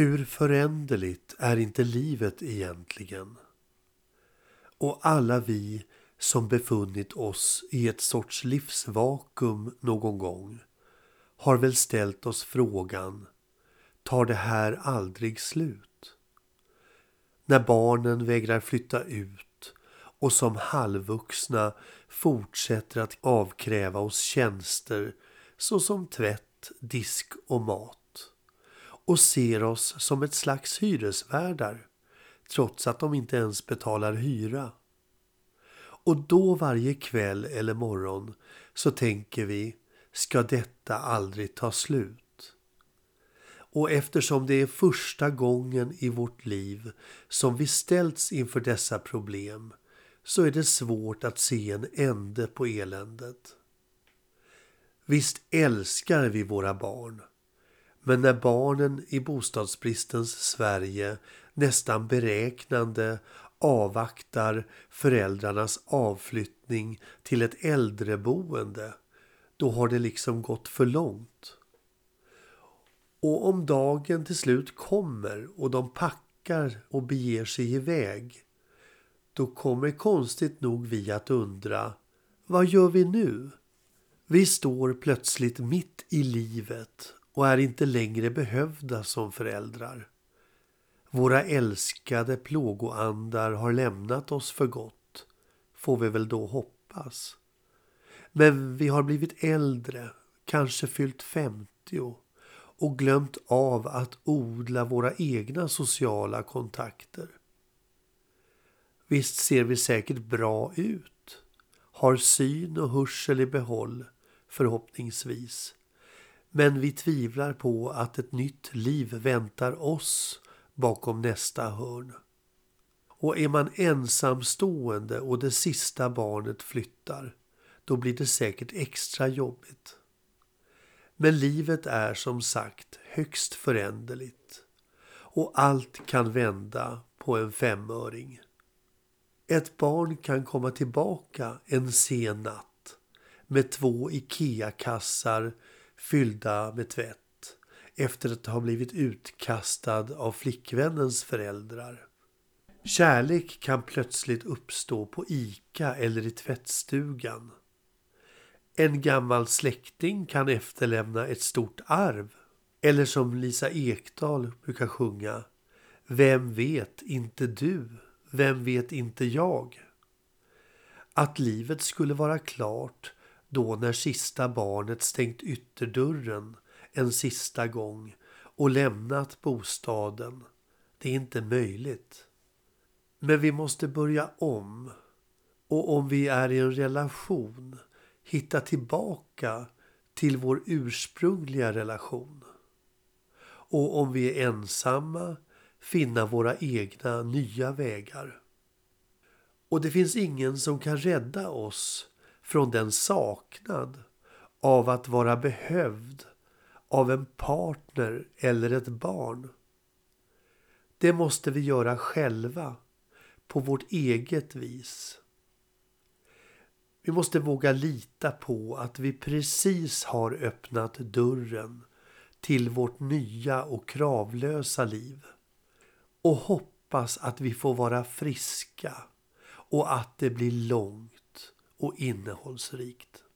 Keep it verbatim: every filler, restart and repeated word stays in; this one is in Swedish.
Hur föränderligt är inte livet egentligen? Och alla vi som befunnit oss i ett sorts livsvakuum någon gång har väl ställt oss frågan: tar det här aldrig slut? När barnen vägrar flytta ut och som halvvuxna fortsätter att avkräva oss tjänster såsom tvätt, disk och mat, och ser oss som ett slags hyresvärdar trots att de inte ens betalar hyra. Och då varje kväll eller morgon så tänker vi: ska detta aldrig ta slut? Och eftersom det är första gången i vårt liv som vi ställts inför dessa problem, så är det svårt att se en ände på eländet. Visst älskar vi våra barn, men när barnen i bostadsbristens Sverige nästan beräknande avvaktar föräldrarnas avflyttning till ett äldreboende, då har det liksom gått för långt. Och om dagen till slut kommer och de packar och beger sig iväg, då kommer konstigt nog vi att undra: vad gör vi nu? Vi står plötsligt mitt i livet och är inte längre behövda som föräldrar. Våra älskade plågoandar har lämnat oss för gott, får vi väl då hoppas. Men vi har blivit äldre, kanske fyllt femtio, och glömt av att odla våra egna sociala kontakter. Visst ser vi säkert bra ut, har syn och hörsel i behåll, förhoppningsvis. Men vi tvivlar på att ett nytt liv väntar oss bakom nästa hörn. Och är man ensamstående och det sista barnet flyttar, då blir det säkert extra jobbigt. Men livet är som sagt högst föränderligt, och allt kan vända på en femöring. Ett barn kan komma tillbaka en sen natt med två IKEA-kassar fyllda med tvätt efter att ha blivit utkastad av flickvännens föräldrar. Kärlek kan plötsligt uppstå på ICA eller i tvättstugan. En gammal släkting kan efterlämna ett stort arv. Eller som Lisa Ekdahl brukar sjunga: vem vet inte du, vem vet inte jag? Att livet skulle vara klart då när sista barnet stängt ytterdörren en sista gång och lämnat bostaden, det är inte möjligt. Men vi måste börja om, och om vi är i en relation, hitta tillbaka till vår ursprungliga relation. Och om vi är ensamma, finna våra egna nya vägar. Och det finns ingen som kan rädda oss från den saknad av att vara behövd av en partner eller ett barn. Det måste vi göra själva, på vårt eget vis. Vi måste våga lita på att vi precis har öppnat dörren till vårt nya och kravlösa liv. Och hoppas att vi får vara friska och att det blir långt och innehållsrikt.